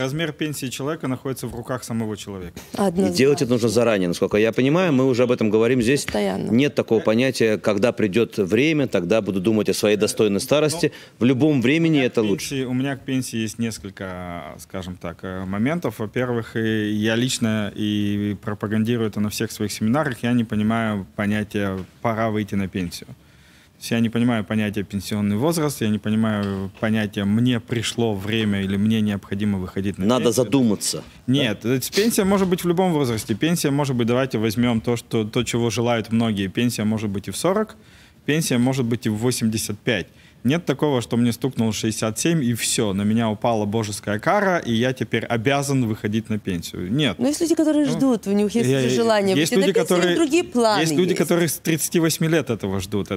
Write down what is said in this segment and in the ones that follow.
размер пенсии человека находится в руках самого человека. И делать это нужно заранее, насколько я понимаю. Мы уже об этом говорим здесь. Постоянно. Нет такого понятия, когда придет время, тогда буду думать о своей достойной старости. В любом времени это лучше. У меня к пенсии есть несколько, скажем так, моментов. Во-первых, я лично и пропагандирую это на всех своих семинарах. Я не понимаю понятия «пора выйти на пенсию». То есть я не понимаю понятия «пенсионный возраст», я не понимаю понятия «мне пришло время» или «мне необходимо выходить на пенсию». Надо задуматься. Нет, пенсия может быть в любом возрасте. Пенсия может быть, давайте возьмем то, чего желают многие. Пенсия может быть и в 40, пенсия может быть и в 85. Нет такого, что мне стукнуло 67, и все, на меня упала божеская кара, и я теперь обязан выходить на пенсию. Нет. Но есть люди, которые ждут, у них есть желание выйти на пенсию, у них другие планы. Есть люди, которые с 38 лет этого ждут.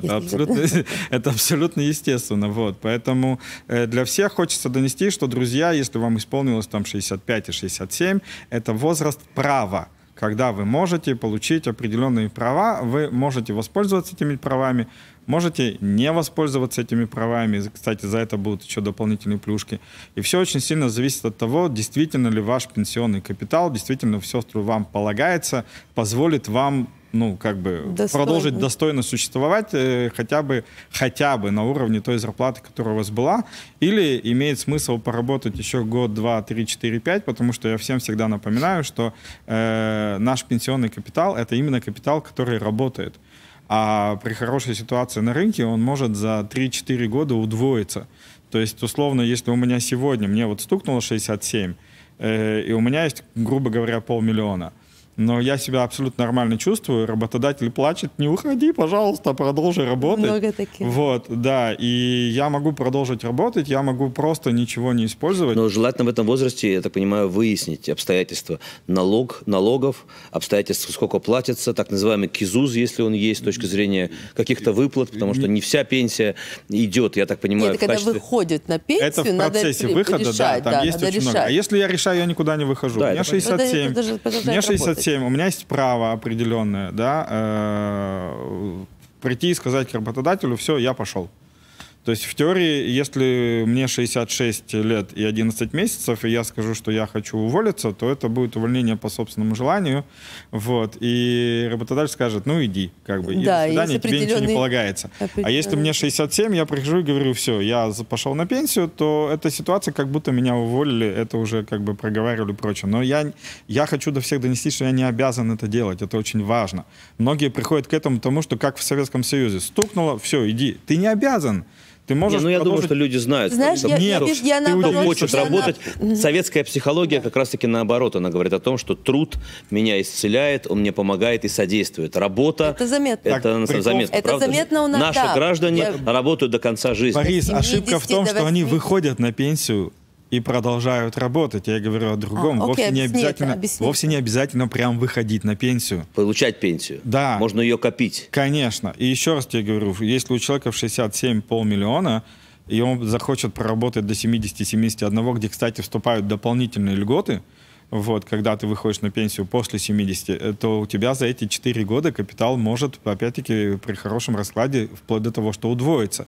Это абсолютно естественно. Вот. Поэтому для всех хочется донести, что, друзья, если вам исполнилось там 65 и 67, это возраст права. Когда вы можете получить определенные права, вы можете воспользоваться этими правами, можете не воспользоваться этими правами. Кстати, за это будут еще дополнительные плюшки. И все очень сильно зависит от того, действительно ли ваш пенсионный капитал, действительно все, что вам полагается, позволит вам продолжить достойно существовать хотя бы на уровне той зарплаты, которая у вас была, или имеет смысл поработать еще год, 2, 3, 4, 5, потому что я всем всегда напоминаю, что наш пенсионный капитал — это именно капитал, который работает. А при хорошей ситуации на рынке он может за 3-4 года удвоиться. То есть, условно, если у меня сегодня, мне вот стукнуло 67, и у меня есть, грубо говоря, 500 000, но я себя абсолютно нормально чувствую, работодатель плачет: не уходи, пожалуйста, продолжи работать. Много таких. Вот, да, и я могу продолжить работать, я могу просто ничего не использовать. Но желательно в этом возрасте, я так понимаю, выяснить обстоятельства налогов, обстоятельства, сколько платится, так называемый кизуз, если он есть, с точки зрения каких-то выплат, потому что не вся пенсия идет, я так понимаю, это когда выходит на пенсию, это в процессе выхода, решать, да, там есть очень много. А если я решаю, я никуда не выхожу. Да, у меня 67, мне 67, у меня есть право определенное, да, прийти и сказать к работодателю: все, я пошел. То есть в теории, если мне 66 лет и 11 месяцев, и я скажу, что я хочу уволиться, то это будет увольнение по собственному желанию. Вот, и работодатель скажет: ну иди, как бы, и до свидания, тебе ничего не полагается. А если мне 67, я прихожу и говорю: все, я пошел на пенсию, то эта ситуация, как будто меня уволили, это уже как бы проговаривали и прочее. Но я хочу до всех донести, что я не обязан это делать, это очень важно. Многие приходят к этому тому, что как в Советском Союзе: стукнуло, все, иди. Ты не обязан. Ты можешь я думаю, что люди знают. Знаешь, кто хочет работать. Советская психология как раз-таки наоборот. Она говорит о том, что труд меня исцеляет, он мне помогает и содействует. Работа — это заметно. Это заметно, это заметно у нас. Наши граждане работают до конца жизни. Борис, ошибка в том, что они выходят на пенсию и продолжают работать. Я говорю о другом. Вовсе не обязательно прям выходить на пенсию. Получать пенсию. Да. Можно ее копить. Конечно. И еще раз тебе говорю, если у человека в 67 500 000, и он захочет проработать до 70-71, где, кстати, вступают дополнительные льготы, вот, когда ты выходишь на пенсию после 70, то у тебя за эти 4 года капитал может, опять-таки, при хорошем раскладе, вплоть до того, что удвоится.